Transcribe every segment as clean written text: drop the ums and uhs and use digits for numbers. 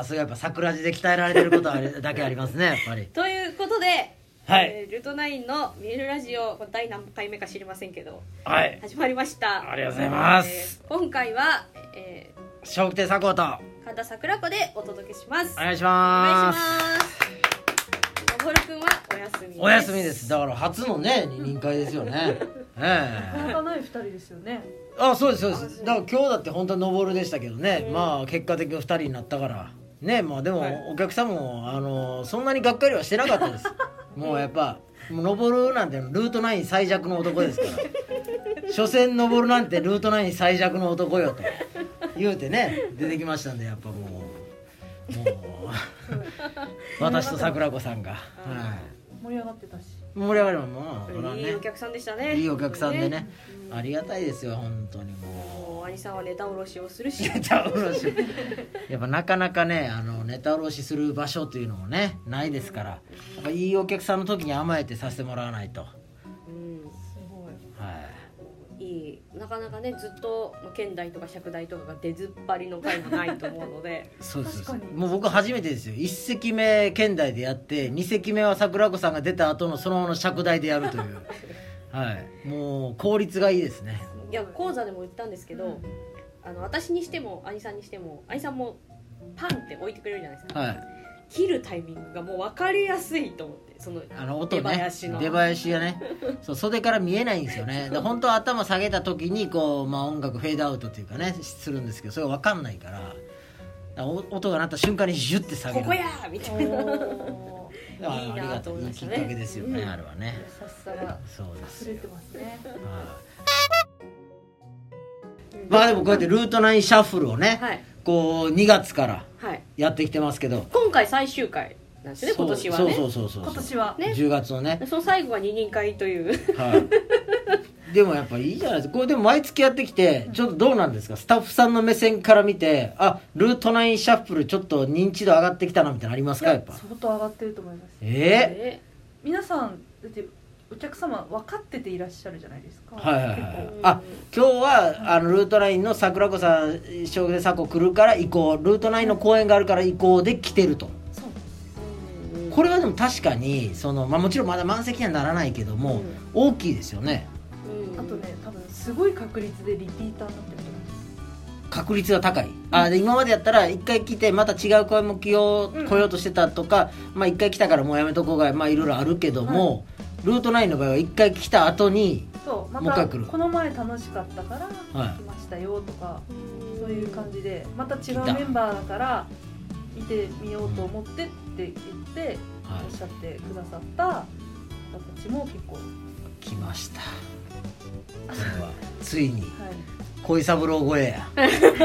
すがやっぱ桜地で鍛えられてることはだけありますねやっぱり。 ということで、 はい、 ルート9の見えるラジオ第何回目か知りませんけど、 はい、 始まりました。 ありがとうございます。 今回は、 笑福亭佐藤と神田桜子でお届けします。 お願いします。 のぼるくんはお休みです。 お休みです。だから初のね二人会ですよね。 なかなかない2人ですよね。 あ、そうですそうです。だから今日だって本当はのぼるでしたけどね、まあ結果的に2人になったからね。まあでもお客さんもそんなにがっかりはしてなかったです。もうやっぱのぼるなんてルート9最弱の男ですから所詮のぼるなんてルート9最弱の男よと言うてね出てきましたんで、やっぱもう私と桜子さんが、はい、 盛り上がってたし、 盛り上がりもいいお客さんでしたね。 いいお客さんでね、ありがたいですよ本当に。もう兄さんはネタおろしをするしネタおろしやっぱなかなかねネタおろしする場所というのもねないですから、やっぱいいお客さんの時に甘えてさせてもらわないと。 すごい、 はい、 いい。なかなかねずっと県大とか釈大とかが出ずっぱりの回もないと思うのでそうです。もう僕初めてですよ。1席目県大でやって2席目は桜子さんが出た後のそのままの釈大でやるというはい、もう効率がいいですね。 いや講座でも言ったんですけど、私にしても兄さんにしても、兄さんもパンって置いてくれるじゃないですか、はい、切るタイミングがもう分かりやすいと思って、その音ね、出囃子がねそう袖から見えないんですよね。で本当は頭下げた時にこう、音楽フェードアウトっていうかねするんですけど、それが分かんないから音が鳴った瞬間にジュッて下げる、 ここやーみたいなありがたいきっかけですよね、あれはね。 優しさが溢れてますね。 まあでもこうやってルート9シャッフルをね、はい、こう2月からやってきてますけど、 今回最終回なんですね、今年はね。 そう今年はね 10月のね、 その最後は二人会という、 はい、でもやっぱいいじゃないですか。これでも毎月やってきてちょっとどうなんですか、スタッフさんの目線から見て、ルート9シャッフルちょっと認知度上がってきたなみたいなのありますか？やっぱ相当上がってると思います。皆さんだってお客様分かってていらっしゃるじゃないですか。 はいはいはい。今日はルート9の桜子さん笑福亭佐子来るから行こう、ルート9の公演があるから行こうで来てると。そうこれはでも確かにもちろんまだ満席にはならないけども、大きいですよね。 あとね、多分すごい確率でリピーターになってると思います。 確率が高い。で今までやったら1回来てまた違う声も来ようとしてたとか、1回来たからもうやめとこうがいろいろあるけども、ルート9の場合は1回来た後にもう一回来る。 この前楽しかったから来ましたよとか、そういう感じでまた違うメンバーだから見てみようと思ってって言っておっしゃってくださった方たちも結構来ました。これはついに恋三郎超えや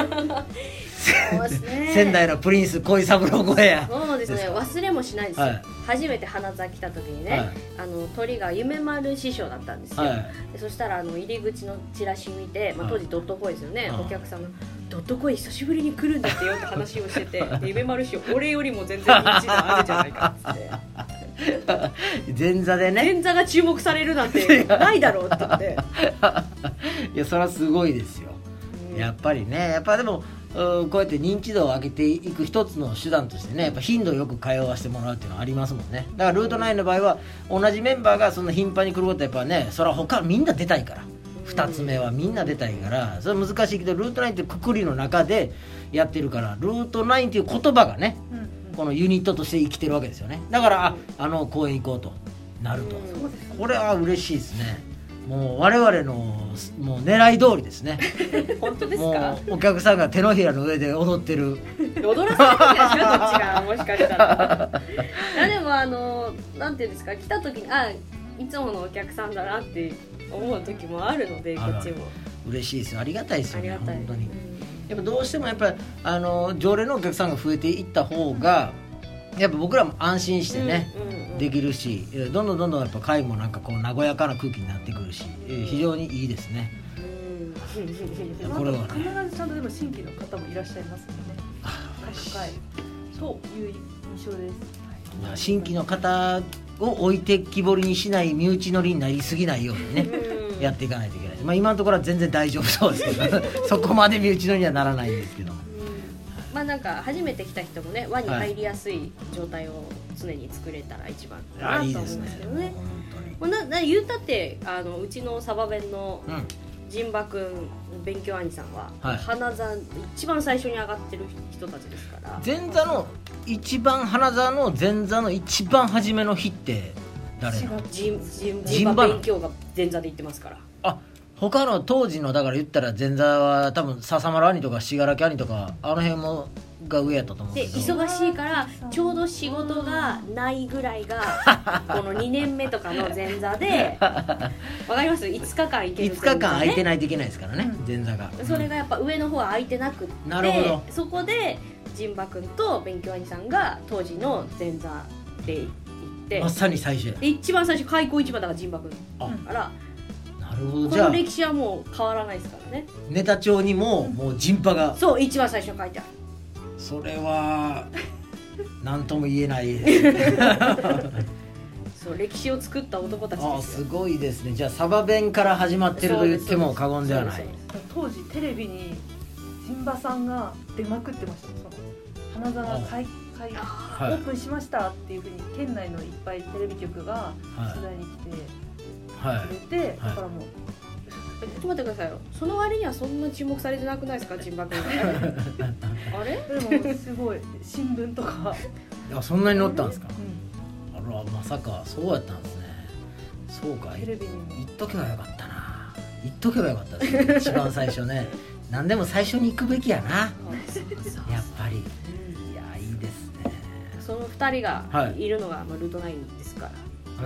仙台のプリンス恋三郎超えや。 そうですね、忘れもしないですよ、初めて花座来た時にね、鳥が夢丸師匠だったんですよ、でそしたら入り口のチラシ見て、当時ドットコイですよね、お客さんがドットコイ久しぶりに来るんだってよって話をしててで夢丸師匠俺よりも全然認知度あるじゃないかっつって前座でね、 前座が注目されるなんてないだろうって言っていやそれはすごいですよ、やっぱりね。やっぱでもこうやって認知度を上げていく一つの手段としてね、やっぱ頻度よく通わせてもらうっていうのはありますもんね。だからルート9の場合は同じメンバーがそんな頻繁に来ることはやっぱね、それは他みんな出たいから、2つ目はみんな出たいから、それは難しいけど、ルート9ってくくりの中でやってるから、ルート9っていう言葉がね、このユニットとして生きてるわけですよね。だから公演行こうとなると、これは嬉しいですね。もう我々のもう狙い通りですね。 本当ですか？ もうお客さんが手のひらの上で踊ってる。 踊らされてるでしょ、どっちがもしかしたら。でもなんていうんですか、来た時にいつものお客さんだなって思う時もあるので、こっちも嬉しいですよ。ありがたいですよね、 本当に。やっぱどうしてもやっぱ常連のお客さんが増えていった方が、やっぱ僕らも安心してね、できるし、どんどんやっぱ会もなんかこう和やかな空気になってくるし、非常にいいですね。 これはね、必ずちゃんとでも新規の方もいらっしゃいますので、各会そういう印象です。 新規の方を置いてきぼりにしない身内乗りになりすぎないようにね、やっていかないといけない。今のところは全然大丈夫そうですけどそこまで身内乗りにはならないんですけど、 まあなんか初めて来た人もね輪に入りやすい状態を常に作れたら一番かなと思うんですけどね。言うたってうちのサバ弁の陣馬くん勉強兄さんは、はい、花座一番最初に上がってる人たちですから。 前座の一番花座の前座の一番初めの日って誰なの？ 陣馬勉強が前座で行ってますから。 あ、他の当時のだから言ったら前座は多分笹丸兄とか信楽兄とかあの辺もが上やったと思うけど、 で忙しいからちょうど仕事がないぐらいがこの2年目とかの前座でわかります？5日間行ける、 5日間空いてないといけないですからね、前座が。 それがやっぱ上の方は空いてなくって、 なるほど。 そこで陣馬くんと勉強兄さんが当時の前座で行って、 まさに最初や。 一番最初開口一番だから陣馬くんから、 なるほど。 この歴史はもう変わらないですからね。 ネタ帳にももう陣馬が、 そう一番最初に書いてある。 それは何とも言えないですねそう歴史を作った男たちですよ。 すごいですね。じゃあサバ弁から始まってると言っても過言ではない。 当時テレビに陣馬さんが出まくってました。その花座がオープンしましたっていうふうに県内のいっぱいテレビ局が取材に来てくれて、だからもうちょっと待ってくださいよ。その割にはそんな注目されてなくないですか、陣馬君あれでもすごい新聞とかそんなに載ったんですか、あらまさかそうやったんですね。そうか、 テレビにも言っとけばよかったな。言っとけばよかったですね一番最初ね何でも最初に行くべきやなやっぱり。いやいいですね。 その2人がいるのがルート9ですから、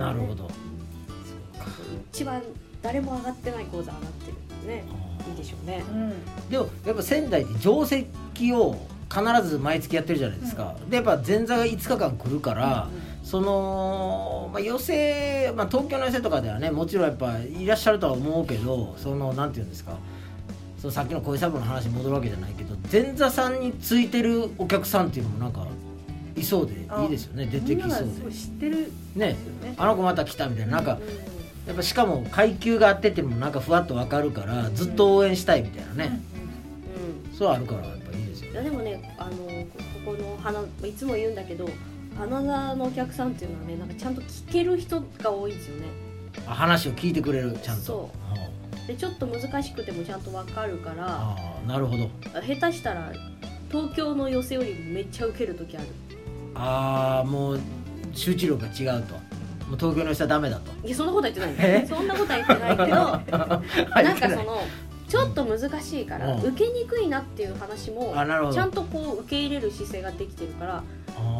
なるほど。 一番誰も上がってない講座上がってるんでね、いいでしょうね、 でもやっぱ仙台って定石を必ず毎月やってるじゃないですか、でやっぱ前座が5日間来るから、その、寄席、東京の寄席とかではねもちろんやっぱいらっしゃるとは思うけど、そのなんていうんですか、そのさっきの小サブの話に戻るわけじゃないけど、前座さんについてるお客さんっていうのもなんかいそうでいいですよね。出てきそうで、 みんなが知ってるね、あの子また来たみたいな、なんかやっぱしかも階級があってっていうのもなんかふわっと分かるからずっと応援したいみたいなね、そうあるからやっぱいいですよ。 いやでもね、ここの花いつも言うんだけど、花座のお客さんっていうのはね、なんかちゃんと聞ける人が多いんですよね。 話を聞いてくれる、ちゃんと。 そうでちょっと難しくてもちゃんと分かるから。 なるほど。 下手したら東京の寄せよりもめっちゃ受ける時ある。 もう集中力が違うと、もう東京の人はダメだと。 いやそんなことは言ってないそんなことは言ってないけどなんかそのちょっと難しいから、受けにくいなっていう話もちゃんとこう受け入れる姿勢ができてるから、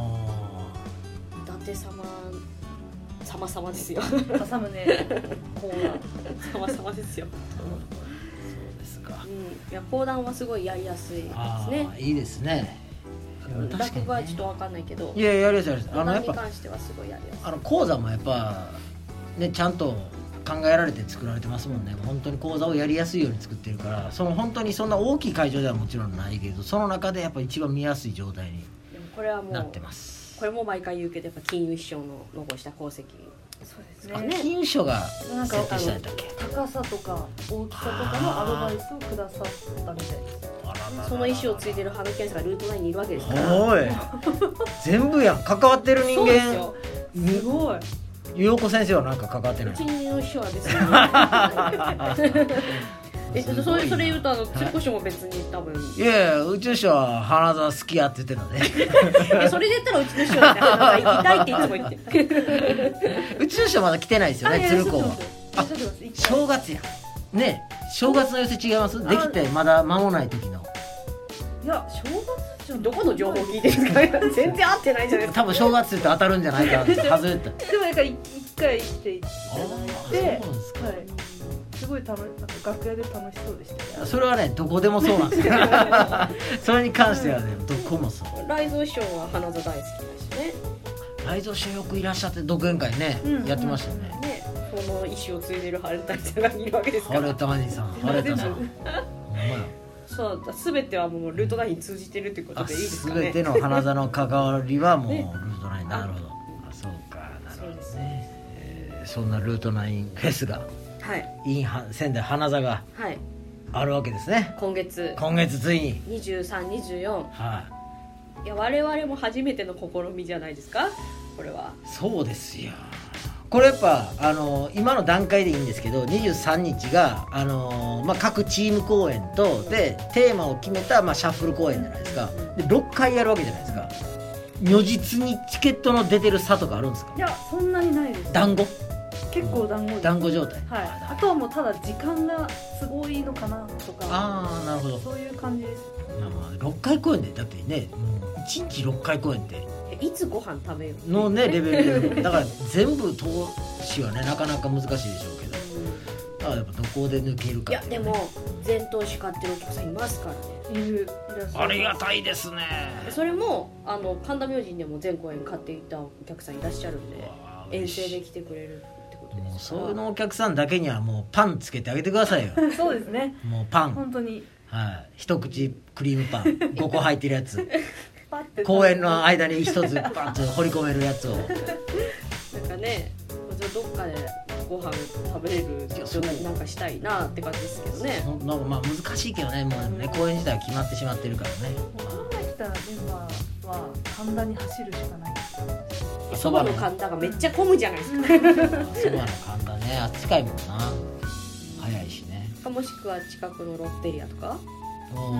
伊達様ですよ政宗講談様ですよそうですか。 いや講談はすごいやりやすいですね。 いいですね。 落語はちょっと分かんないけど、 いややりやすいやりやすい。 講談に関してはすごいやりやすい。 講座もやっぱねちゃんと考えられて作られてますもんね。本当に講座をやりやすいように作ってるから、その本当にそんな大きい会場ではもちろんないけど、その中でやっぱ一番見やすい状態になってます。 これも毎回言うけど、やっぱ金融師匠の残した功績。 そうですね。 金融師匠が設定したんだっけ。 高さとか大きさとかのアドバイスをくださったみたいです。 その意思を継いでる羽根健さんがルート9にいるわけですから。 おい全部やん、関わってる人間。 すごい。 陽子先生はなんか関わってない。 うちの師匠は別にそれ言うと鶴子師匠も別に多分。 いやうちの師匠は花座好きやって言ってたねそれで言ったらうちの師匠って花座行きたいっていつも言ってうちの師匠まだ来てないですよね、鶴子は。正月やね。正月の寄せ違います？できてまだ間もない時の。 いや正月じゃどこの情報聞いてるんですか全然合ってないじゃないですか。 多分正月って当たるんじゃないかって外れた。 でもなんか一回来ていただいて、すごいなんか楽屋で楽しそうでしたね。 それはねどこでもそうなんですよそれに関してはねどこもそう。 雷蔵師匠は花座大好きだしね。 雷蔵師匠よくいらっしゃって独演会ね、やってましたよね。 その意思を継いでる春谷さんがいるわけですから。 春谷さん、春谷さんそう全てはもうルート9に通じてるということでいいですかね。 全ての花座の関わりはもうルート9。なるほど。そうか、なるほどですね。そんなルート9フェスが、仙台花座があるわけですね。 今月ついに 23、24、 いや我々も初めての試みじゃないですかこれは。 そうですよ。これやっぱ今の段階でいいんですけど23日が、各チーム公演とでテーマを決めた、シャッフル公演じゃないですか。で6回やるわけじゃないですか。如実にチケットの出てる差とかあるんですか？ いやそんなにないです。 団子結構団子です。 団子状態。 はい。あとはもうただ時間がすごいのかなとか。 ああなるほど。 そういう感じです。 6回公演でだってね1日6回公演っていつご飯食べようのねレベルでだから全部投資はねなかなか難しいでしょうけど、だからやっぱどこで抜けるか、 いやでも全投資買ってるお客さんいますからね。 いらっしゃる。 ありがたいですね。 それも神田明神でも全公演買っていたお客さんいらっしゃるんで遠征で来てくれるってことですから。 もうそのお客さんだけにはもうパンつけてあげてくださいよそうですね。 もうパン本当に。 はい、一口クリームパン5個入ってるやつパッて公演の間に一つパンと掘り込めるやつをなんかねどっかでご飯食べれる状態になんかしたいなって感じですけどね。 難しいけどねもうね公演自体は決まってしまってるからね。 考えたらメンバーは神田に走るしかないです。 そばの神田がめっちゃ混むじゃないですか。 そばの神田ねあっち近いもんな早いしね。 もしくは近くのロッテリアとか。 なるほ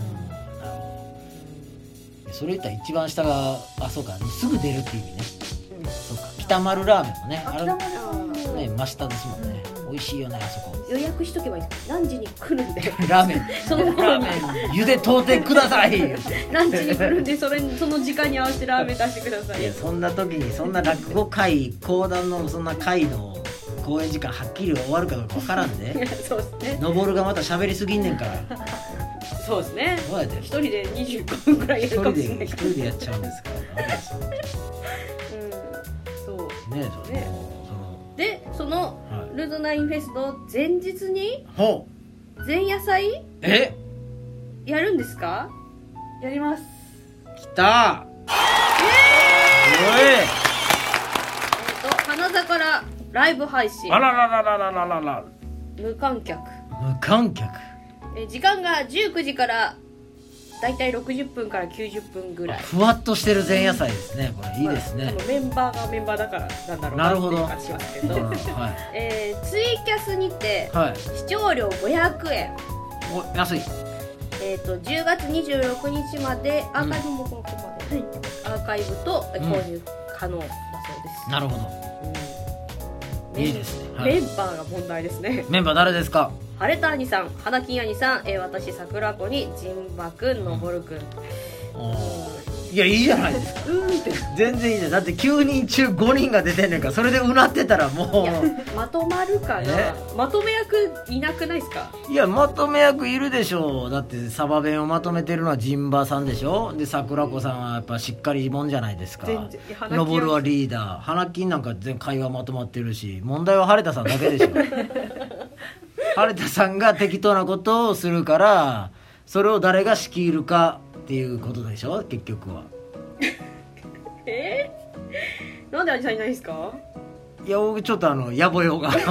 ど。それ言ったら一番下がそうかすぐ出るっていう意味ね、そうか北丸ラーメンもね北丸さんもね真下ですもんね、美味しいよねあそこ。 予約しとけばいいですか。何時に来るんでラーメンその頃に茹で到底ください何時に来るんでその時間に合わせてラーメン出してください。 いやそんな時にそんな落語会講談のそんな会の公演時間はっきり終わるかどうか分からんでそうですね。 登るがまた喋りすぎんねんからそうですね。 どうやって一人で25分くらいやるかもしれない一人でやっちゃうんですからねそうねでそのルートナインフェスの前日にほう前夜祭やるんですか？ やります。 来た花座からライブ配信あらららららららら無観客時間が19時からだいたい60分から90分ぐらい。 ふわっとしてる前夜祭ですね。これいいですね、 メンバーがメンバーだからなんだろうなるほどっていう感じしますけど、 はいツイキャスにてはい、 視聴料500円、 お安い。 10月26日までアーカイブもここまで、アーカイブと購入可能だそうです、 なるほど、いいですね、 メンバーが問題ですね。 メンバー誰ですか？ 晴れた兄さん、花金兄さん、私桜子に陣馬くん、のぼるくん。 いやいいじゃないですかって全然いいじゃん。だって9人中5人が出てんねんから、それでうなってたらもういやまとまるかな。まとめ役いなくないですか？ いやまとめ役いるでしょう。だってサバ弁をまとめてるのは陣馬さんでしょ。で桜子さんはやっぱしっかりもんじゃないですか。のぼるはリーダー、花金なんか全会話まとまってるし、問題は晴れたさんだけでしょ晴れたさんが適当なことをするから、それを誰が仕切るかっていうことでしょ結局は。 なんでアジさんいないんですか？ いや僕ちょっと野暮用がじゃあ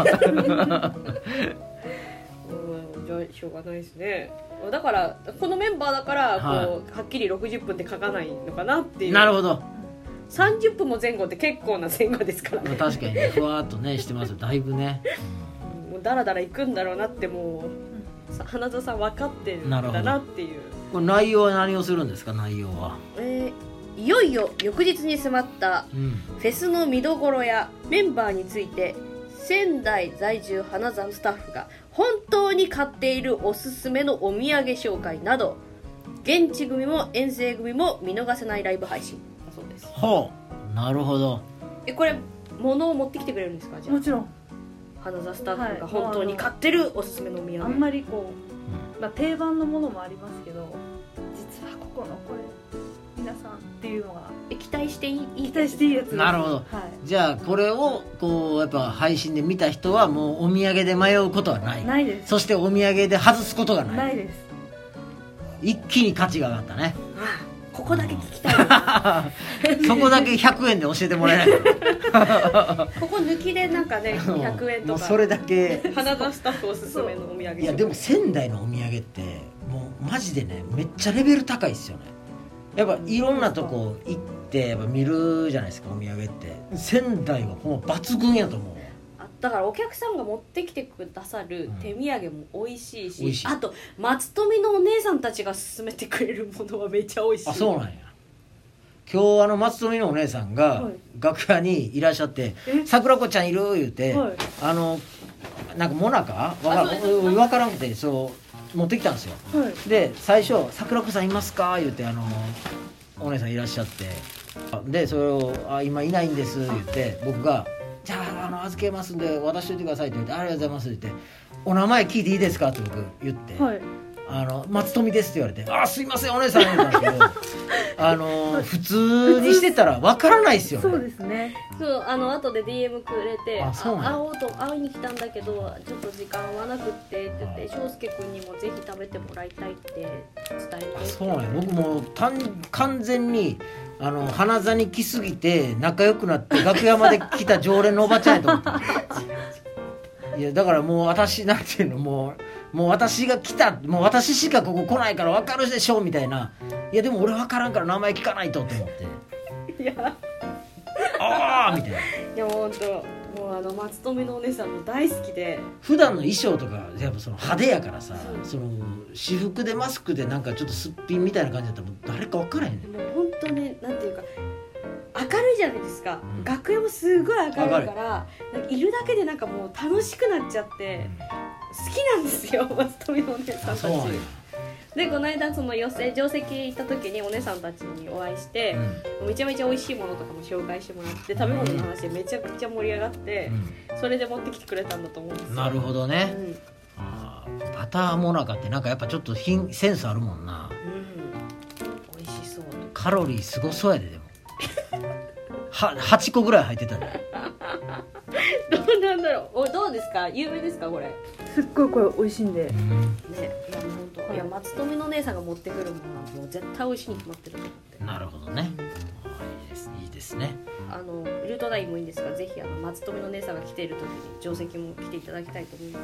しょうがないですね。だからこのメンバーだからこう、はっきり60分って書かないのかなっていう。 なるほど。 30分も前後って結構な前後ですからね。 確かにね、ふわーっとねしてますよだいぶね。 もうだらだら行くんだろうなってもう花園さん分かってるんだなっていう。 これ内容は何をするんですか？内容は、 いよいよ翌日に迫ったフェスの見どころやメンバーについて、仙台在住花座スタッフが本当に買っているおすすめのお土産紹介など、現地組も遠征組も見逃せないライブ配信だそうです。 ほう、なるほど。 これ物を持ってきてくれるんですか？じゃあもちろん花座スタッフが本当に買ってるおすすめのお土産。 あんまりこう、定番のものもありますけど、実はここのこれ皆さんっていうのが期待していいやつです。 なるほど、じゃあこれをこうやっぱ配信で見た人はもうお土産で迷うことはない。 ないです。 そしてお土産で外すことがない。 ないです。 一気に価値が上がったね。 ここだけ聞きたいなそこだけ100円で教えてもらえないここ抜きでなんかね100円とか、 もうそれだけ花座スタッフおすすめのお土産。 いやでも仙台のお土産ってもうマジでねめっちゃレベル高いっすよね。 やっぱいろんなとこ行ってやっぱ見るじゃないですか、お土産って。仙台はほんま抜群やと思う。 だからお客さんが持ってきてくださる手土産も美味しいし、あと松富のお姉さんたちが勧めてくれるものはめっちゃ美味しい。 あ、そうなんや。今日松富のお姉さんが楽屋にいらっしゃって「桜子ちゃんいる?」言うて、なんかモナカ分からんくてそう持ってきたんですよ。で最初「桜子さんいますか?」言うてお姉さんいらっしゃって、でそれを「今いないんです」言って僕が「じゃあ預けますんで渡しといてください」って言って「ありがとうございます」って言って「お名前聞いていいですか?」って僕言って「松富です」って言われて「あ、すいませんお姉さん」言ったんですけど普通にしてたらわからないですよね。 そうですね。 そう後で DM くれて 「 会いに来たんだけどちょっと時間はなくって」って言って「翔介君にもぜひ食べてもらいたい」って伝えて。 そうなんや。僕も完全に花座に来すぎて仲良くなって楽屋まで来た常連のおばちゃんやと思っていやだからもう私なんていうのもう私が来た、もう私しかここ来ないから分かるでしょみたいな。いやでも俺分からんから名前聞かないとって思って、 いやああみたいな。 いや本当もう松富のお姉さんも大好きで、 普段の衣装とかやっぱ派手やからさ、私服でマスクでなんかちょっとすっぴんみたいな感じだったらもう誰か分からへんねん。 もう本当になんていうか明るいじゃないですか、楽屋もすごい明るいからなんかいるだけでなんかもう楽しくなっちゃって、好きなんですよ松富のお姉さんたち。でこの間上席行った時にお姉さんたちにお会いして、めちゃめちゃ美味しいものとかも紹介してもらって食べ物の話でめちゃくちゃ盛り上がって、それで持ってきてくれたんだと思うんですよ。 なるほどね、バターモナカってなんかやっぱちょっとセンスあるもんな。 美味しそう。 カロリーすごそうやで。でも8個ぐらい入ってたね。 どうなんだろう。どうですか、有名ですかこれ。 すっごいこれ美味しいんでね。 いや本当、いや松富の姉さんが持ってくるものはもう絶対美味しいに決まってると思って。なるほどね、 いいですね。 ルートダインもいいんですが、ぜひ松富の姉さんが来ている時に定石も来ていただきたいと思います。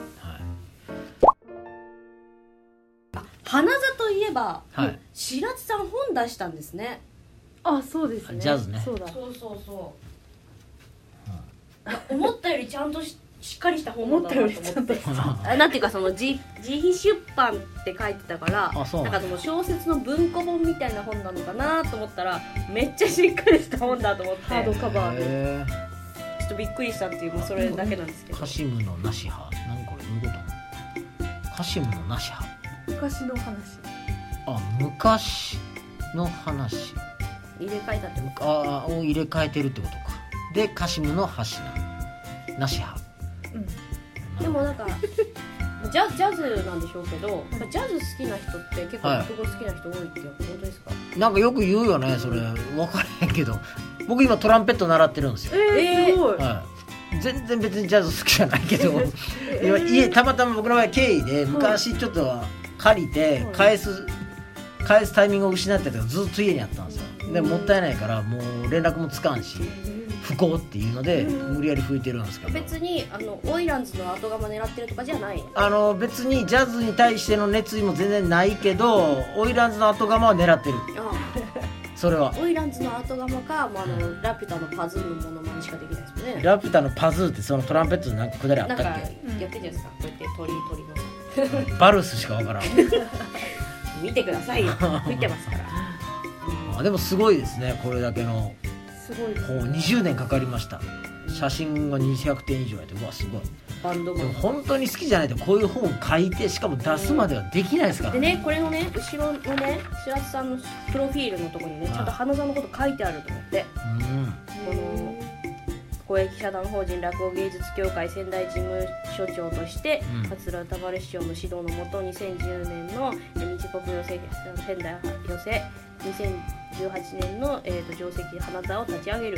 花座といえば、白津さん本出したんですね。 あ、そうですね。 ジャズね。 そう思ったよりちゃんとしっかりした本だなと思ってなんていうか自費出版って書いてたから、なんか小説の文庫本みたいな本なのかなと思ったらめっちゃしっかりした本だと思って、 ハードカバーでちょっとびっくりしたっていう、それだけなんですけど。 カシムのなし派、何これ、どういうこと？カシムのなし派、 昔の話。 昔の話入れ替えたってことか。 を入れ替えてるってことか。でカシムの箸なし派。 でもなんかジャズなんでしょうけど、ジャズ好きな人って結構落語好きな人多いって本当ですか？なんかよく言うよね、それ。分からへんけど僕今トランペット習ってるんですよ。 すごい。 全然別にジャズ好きじゃないけどたまたま僕の場合経緯で昔ちょっと借りて返すタイミングを失ってたからずっと家にあったんですよ。でもったいないからもう連絡もつかんし不幸っていうので無理やり吹いてるんですけど、 別にオイランズの後釜狙ってるとかじゃない。 別にジャズに対しての熱意も全然ないけどオイランズの後釜は狙ってる。それはオイランズの後釜か、ラピュタのパズーのものまねしかできないですよね。 ラピュタのパズーってそのトランペットでなんかくだりあったっけ？ なんかやってるじゃないですか、こうやって鳥のバルスしかわからん見てくださいよ、吹いてますからでもすごいですね、これだけの。 すごいですね。 20年かかりました。写真が200点以上やって、うわすごい。 バンドもでも本当に好きじゃないとこういう本を書いてしかも出すまではできないですから。 でね、これのね後ろのね白津さんのプロフィールのところにねちゃんと花座のこと書いてあると思って、この公益社団法人落語芸術協会仙台事務所長として、桂歌丸師匠の指導のもと2010年の日国寄席仙台寄席、2018年の、定石花座を立ち上げる、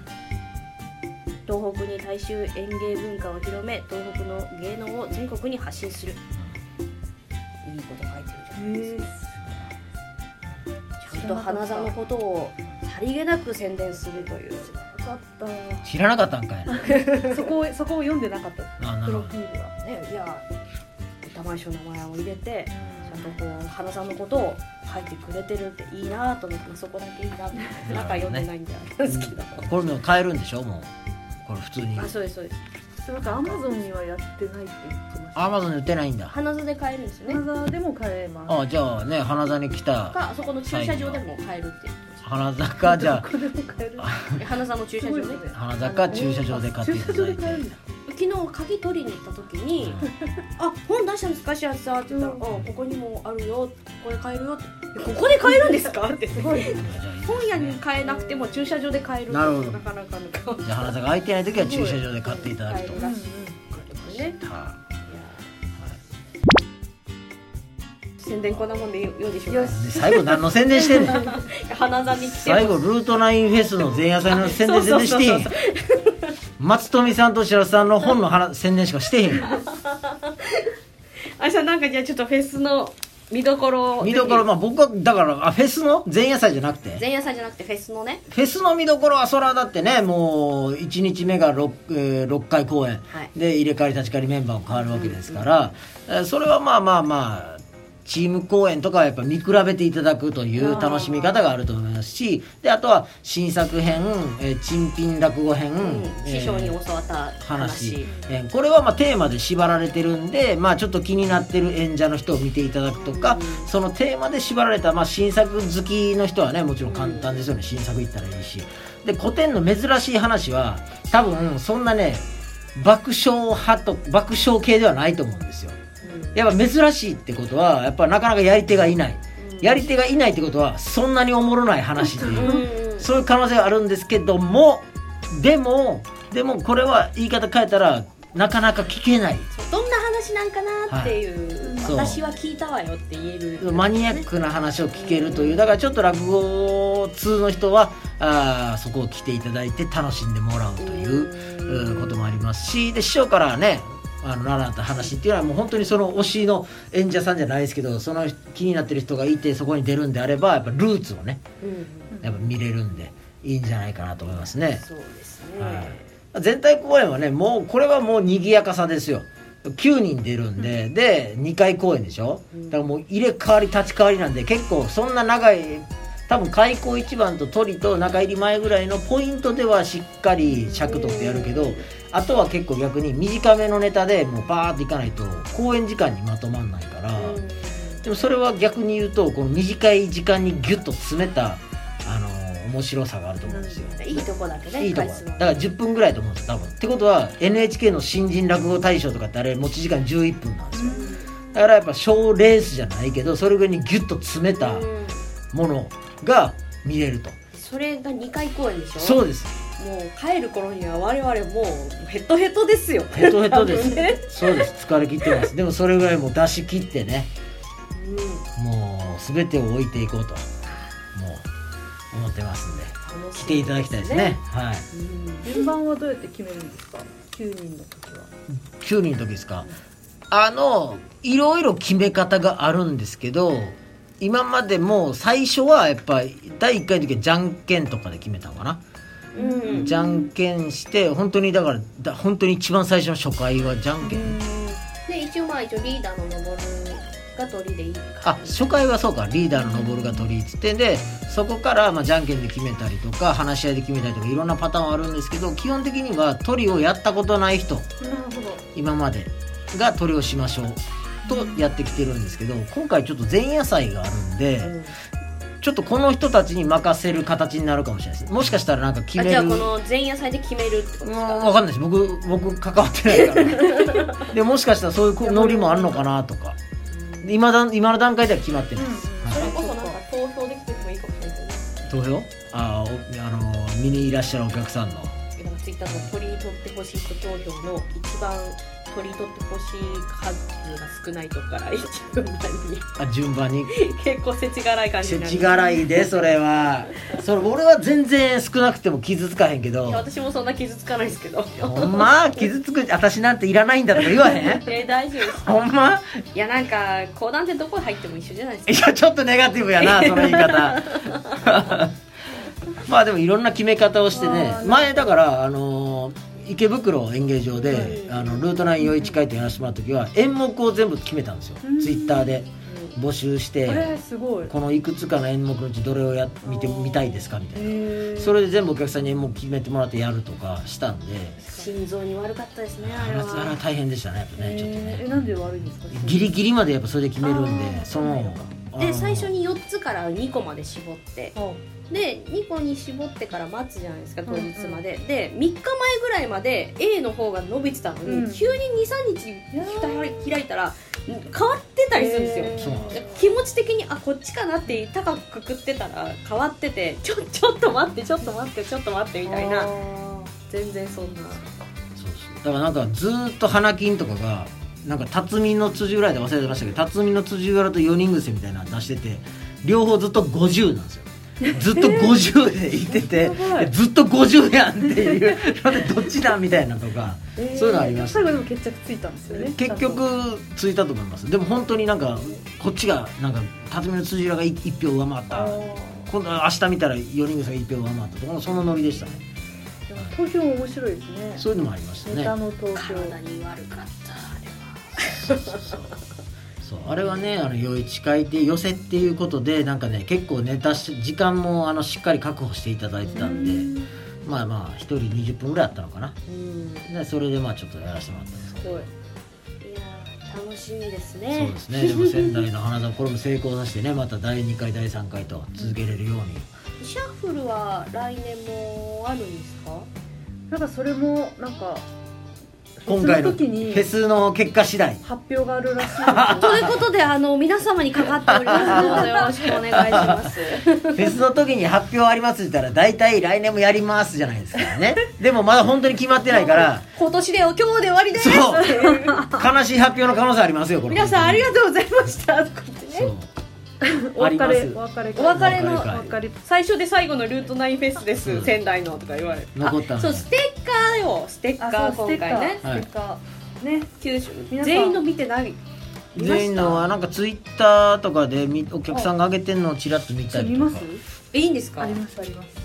東北に大衆演芸文化を広め東北の芸能を全国に発信する。いいこと書いてるじゃないですか。ちゃんと花座のことをさりげなく宣伝するという。 知らなかったんかいそこを読んでなかった。プロフィールはね、いや歌丸師匠の名前を入れてちゃんとこう花さんのことを書いてくれてるっていいなと思って、そこだけいいなと思って中読んでないんであれですけど、 これも買えるんでしょもうこれ普通に。 あ、そうですそうです。 なんかアマゾンにはやってないって言ってました。 アマゾンに売ってないんだ。 花座で買えるんですよね。 花座でも買えます。 あ、じゃあね、花座に来たか、あそこの駐車場でも買えるって言ってました。 花座か、じゃあどこでも買える。 花座の駐車場ね。 花座か駐車場で買っていただいて。 昨日鍵取りに行った時にあ、本出したんですかしあさって言ったら、ここにもあるよ、これ買えるよって、ここで買えるんですかってすごい本屋に買えなくても駐車場で買えるって、なかなかのじゃあ花座が空いてない時は駐車場で買っていただくと。 宣伝こんなもんでよいでしょうか。 最後何の宣伝してんの花座に来て最後ルート9フェスの前夜祭の宣伝してへん松富さんと白さんの本の宣伝しかしてへんあしゃなんかじゃあちょっとフェスの見どころ、 まあ僕はだからフェスの前夜祭じゃなくて、 前夜祭じゃなくてフェスのね、 フェスの見どころはそれはだってね、もう1日目が 6回公演、はい、で入れ替わり立ち替わりメンバーも変わるわけですから、それはまあチーム公演とかはやっぱ見比べていただくという楽しみ方があると思いますし、であとは新作編、珍品落語編、 師匠に教わった話、 これはまあテーマで縛られてるんで、まあ、ちょっと気になってる演者の人を見ていただくとか、そのテーマで縛られた、まあ、新作好きの人はねもちろん簡単ですよね、新作行ったらいいし、で古典の珍しい話は多分そんなね爆笑派と爆笑系ではないと思うんですよ。やっぱ珍しいってことはやっぱなかなかやり手がいない、やり手がいないってことはそんなにおもろない話っていうそういう可能性はあるんですけども、でもこれは言い方変えたらなかなか聞けない、 どんな話なんかなっていう、私は聞いたわよって言える、 マニアックな話を聞けるという、だからちょっと落語通の人はそこを来ていただいて楽しんでもらうということもありますし、で師匠からねララと話っていうのはもう本当にその推しの演者さんじゃないですけど、その気になってる人がいてそこに出るんであればやっぱルーツをね、やっぱ見れるんでいいんじゃないかなと思いますね。 そうですね、 はい、全体公演はねもうこれはもう賑やかさですよ。9人出るんで、で2回公演でしょ、だからもう入れ替わり立ち替わりなんで結構そんな長い、多分開口一番と鳥と中入り前ぐらいのポイントではしっかり尺取ってやるけど、あとは結構逆に短めのネタでもうバーッといかないと公演時間にまとまんないから、でもそれは逆に言うとこの短い時間にギュッと詰めた面白さがあると思うんですよ。 いいとこだけね、 いいとこだから10分ぐらいと思うんですよ多分。ってことは NHK の新人落語大賞とかってあれ持ち時間11分なんですよ。だからやっぱ賞レースじゃないけどそれぐらいにギュッと詰めたものが見れると。 それが2回公演でしょ。 そうです。 もう帰る頃には我々もうヘトヘトですよ。 ヘトヘトです、ね、そうです。疲れ切ってます。でもそれぐらいもう出し切ってね、もう全てを置いていこうともう思ってますんで来ていただきたいですね。はい。 順番はどうやって決めるんですか。9人の時は。 9人の時ですか。いろいろ決め方があるんですけど、今までも最初はやっぱり第1回の時はじゃんけんとかで決めたのかな、じゃんけんして本当にだから本当に一番最初の初回はじゃんけんで一応リーダーの登るが鳥でいいか。 初回はそうか、リーダーの登るが鳥っつってでそこからじゃんけんで決めたりとか話し合いで決めたりとかいろんなパターンはあるんですけど、基本的には鳥をやったことない人、今までが鳥をしましょうとやってきてるんですけど、今回ちょっと前夜祭があるんで、ちょっとこの人たちに任せる形になるかもしれないです。もしかしたらなんか決める。 じゃあこの前夜祭で決めるってことですか。 分かんないです。僕関わってないからでもしかしたらそういうノリもあるのかなとか、今の段階では決まってないです、 それこそなんか投票できてもいいかもしれないですね。 投票見にいらっしゃるお客さんのツイッターの取り取ってほしい人投票の一番取り取ってほしい数が少ないとこから順番に結構世知辛い感じになる。 世知辛いでそれは俺は全然少なくても傷つかへんけど。 いや私もそんな傷つかないですけど。 ほんま傷つく私なんていらないんだとか言わへん大丈夫です。 ほんま。 いやなんか講談ってどこ入っても一緒じゃないですか。 いやちょっとネガティブやなその言い方まあでもいろんな決め方をしてね、前だから池袋演芸場で、ルート941回転やらせてもらった時は演目を全部決めたんですよ、ツイッターで。 募集して、 すごい。 このいくつかの演目のうちどれを見たいですかみたいな、それで全部お客さんに演目決めてもらってやるとかしたんで、 心臓に悪かったですね。あれは大変でしたね、やっぱね。ちょっとね。 なんで悪いんですか？ ギリギリまでやっぱそれで決めるんで、 で最初に4つから2個まで絞って、で2個に絞ってから待つじゃないですか、当日まで、で3日前ぐらいまで A の方が伸びてたのに、急に 2,3 日開いたら変わってたりするんですよ。気持ち的にこっちかなって高くくくってたら変わってて、ちょっと待ってみたいな、全然そんな。 だからなんかずっと花金とかがなんか辰巳の辻裏で忘れてましたけど、辰巳の辻裏と4人癖みたいなの出してて、両方ずっと50なんですよ。ずっと50でいててずっと50やんっていうのでどっちだみたいなとか、そういうのありました。 最後でも決着ついたんですよね。 結局ついたと思います。でも本当になんかこっちがなんか辰巳の辻裏が1票上回った、今度明日見たら4人癖が1票上回ったとか、そのノリでしたね。 投票面白いですね。 そういうのもありましたね。 ネタの投票。 体に悪かったそうあれはね、夜市会で寄せっていうことでなんかね、結構ネタ時間もしっかり確保していただいてたんで、まあ1人20分ぐらいあったのかな。でそれでちょっとやらせてもらったんですけど、 いや楽しみですね。 そうですね。でも仙台の花座これも成功させてね、また第2回第3回と続けれるように。 シャッフルは来年もあるんですか？ なんかそれもなんか今回のフェスの結果次第発表があるらしいですということで皆様にかかっておりますのでよろしくお願いしますフェスの時に発表ありますって言ったら大体来年もやりますじゃないですかね。でもまだ本当に決まってないから今年で今日で終わりです。 そう悲しい発表の可能性ありますよ。これ皆さんありがとうございましたとか言ってね。 お別れの最初で最後のルート9フェスです、仙台のとか言われて、 残ったそうステッカーよ、ステッカー今回ね、 ステッカーね、 九州全員の見てない？ 全員のはなんかツイッターとかでお客さんが上げてんのをちらっと見たりとか。 見ます？ いいんですか？ あります。ちょっと待って。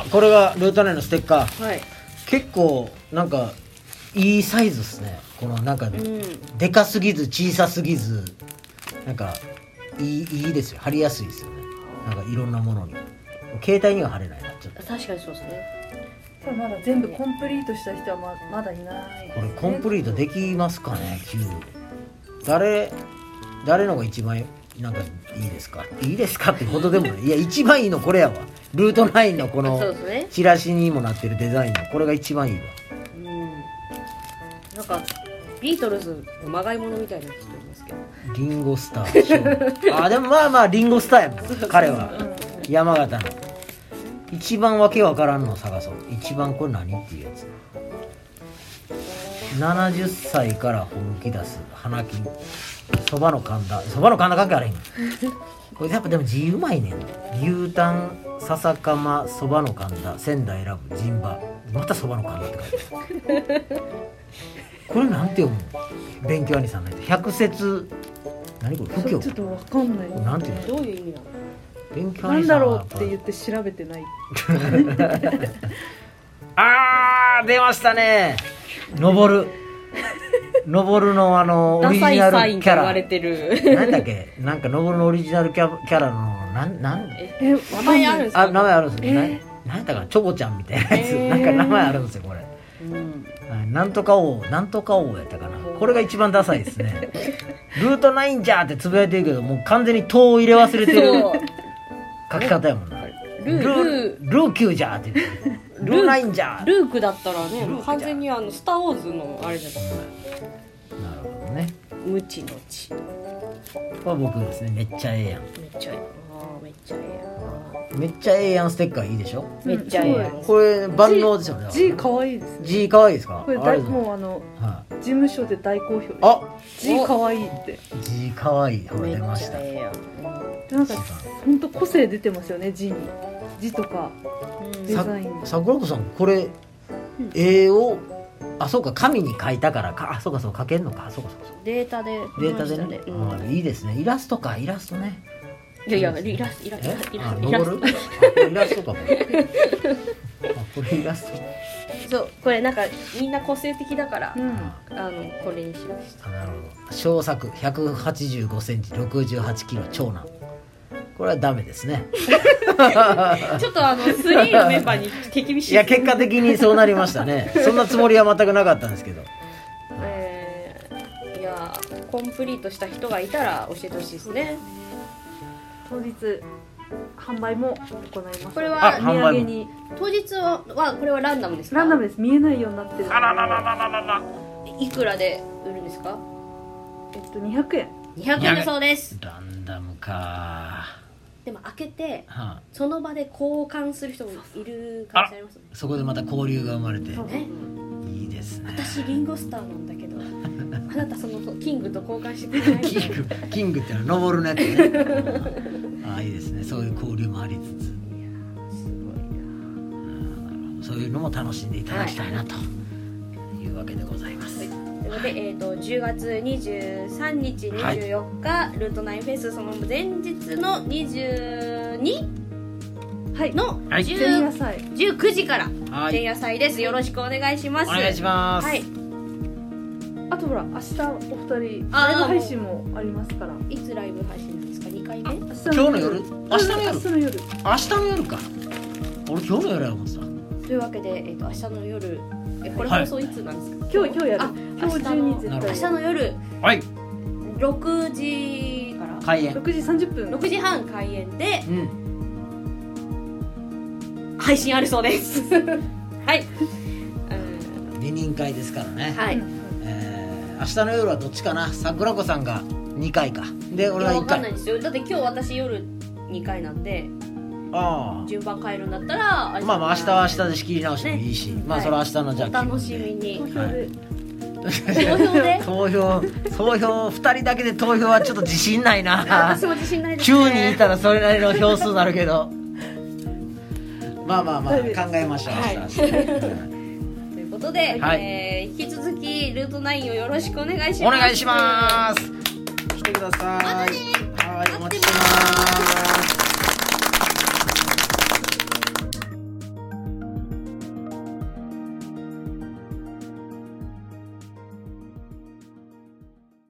これがルート9のステッカー。 はい。 結構なんかいいサイズですね。このなんか、でかすぎず小さすぎずなんかいいですよ。貼りやすいですよね。なんかいろんなものに携帯には貼れないなちょっと。 確かにそうですね。 これまだ全部コンプリートした人はまだいない、 これコンプリートできますかね。誰のが一番なんかいいですかってことでもない。いや一番いいのこれやわ。ルート9のこのチラシにもなってるデザインのこれが一番いいわ。 なんかビートルズのまがいものみたいな人いますけど、 リンゴスターでもまあリンゴスターやもん彼は。山形の一番わけわからんのを探そう。一番これ何っていうやつ。70歳から本気出す花金そばの神田関係あれへんこれやっぱでも字うまいねん。牛タン笹かまそばの神田仙台ラブ陣馬またそばの神田って書いてあるこれなんて読むの？勉強兄さんないと百節何これ不況ちょっとわかんない。 なんていうの？ どういう意味なの？ 勉強なん兄さんはだろうって言って調べてない出ましたね。のぼるのオリジナルキャラなんだっけ、なんかのぼるのオリジナルキャラの名前あるんですか？ 名前あるんですよね。なんだかチョボちゃんみたいなやつ、なんか名前あるんですよこれ。なんとか王やったかな。これが一番ダサいですね。ルート9じゃーってつぶやいてるけどもう完全に「と」を入れ忘れてる書き方やもんな。ルーキューじゃーって言ってルー9じゃー。 ルークだったらねもう完全にスター・ウォーズのあれじゃないですか。 なるほどね。 無知の知これ僕ですね。めっちゃええやん。 めっちゃええめっちゃええやんステッカーいいでしょ。 めっちゃええやん。 これ万能ですよね。 字かわいいですね。 字かわいいですか。 これもう事務所で大好評です。字かわいいって。 字かわいい。これ出ました。 なんか本当個性出てますよね。字とかデザイン。 桜子さんこれ絵をそうか紙に描いたからか。そうか描けんのか。そうかデータでね。いいですね。イラストね。 いやイラストイラストかも。 これイラスト。 そうこれなんかみんな個性的だから、 うん、 これにしました。 なるほど。小作185センチ68キロ長男。これはダメですね。 ちょっと3のメンバーに手厳しい。 いや結果的にそうなりましたね。そんなつもりは全くなかったんですけど。 いやコンプリートした人がいたら教えてほしいですね。 当日販売も行います。 これは値上げに。 当日はこれはランダムですか？ ランダムです。見えないようになってるので。 あらららららら。 いくらで売るんですか ？200円。 200円だそうです。 ランダムか。 でも開けて、 はあ、 その場で交換する人もいる可能性あります。 そこでまた交流が生まれて、 ね、 いいですね。 私リンゴスターなんだけどあなたそのキングと交換してくれない？ キングってのは登るねってね。ああいいですね。そういう交流もありつつ、 すごいな。 そういうのも楽しんでいただきたいなというわけでございます。 はいということで、10月23日24日、はい、ルート9フェスその前日の22、はい、の19時から前夜祭です。よろしくお願いします。 お願いします。 はい。あとほら明日お二人ライブ配信もありますから。 いつライブ配信なんですか？2回目？ 今日の夜？明日の夜？ 明日の夜。 明日の夜か。俺今日の夜や思ってた。 というわけで、明日の夜これ放送いつなんですか？ 今日やる。今日中に絶対。 明日の夜。 はい。 6時から開演。 6時30分。 6時半開演で、配信あるそうです。はい。 二人会ですからね。 はい。 明日の夜はどっちかな。桜子さんが2回か。で俺は1回。 わかんないですよ。だって今日私夜2回なんで。順番変えるんだったらまあ明日は明日で仕切り直してもいいし、ね、まあそれは明日のじゃあお楽しみに投票で、 投票2人だけで投票はちょっと自信ないな。 私も自信ないですね。 9人いたらそれなりの票数になるけどまあ考えましょう、はい、ということで、はい、引き続きルート9をよろしくお願いします。 お願いします。来てください。はい、お待ちしてます。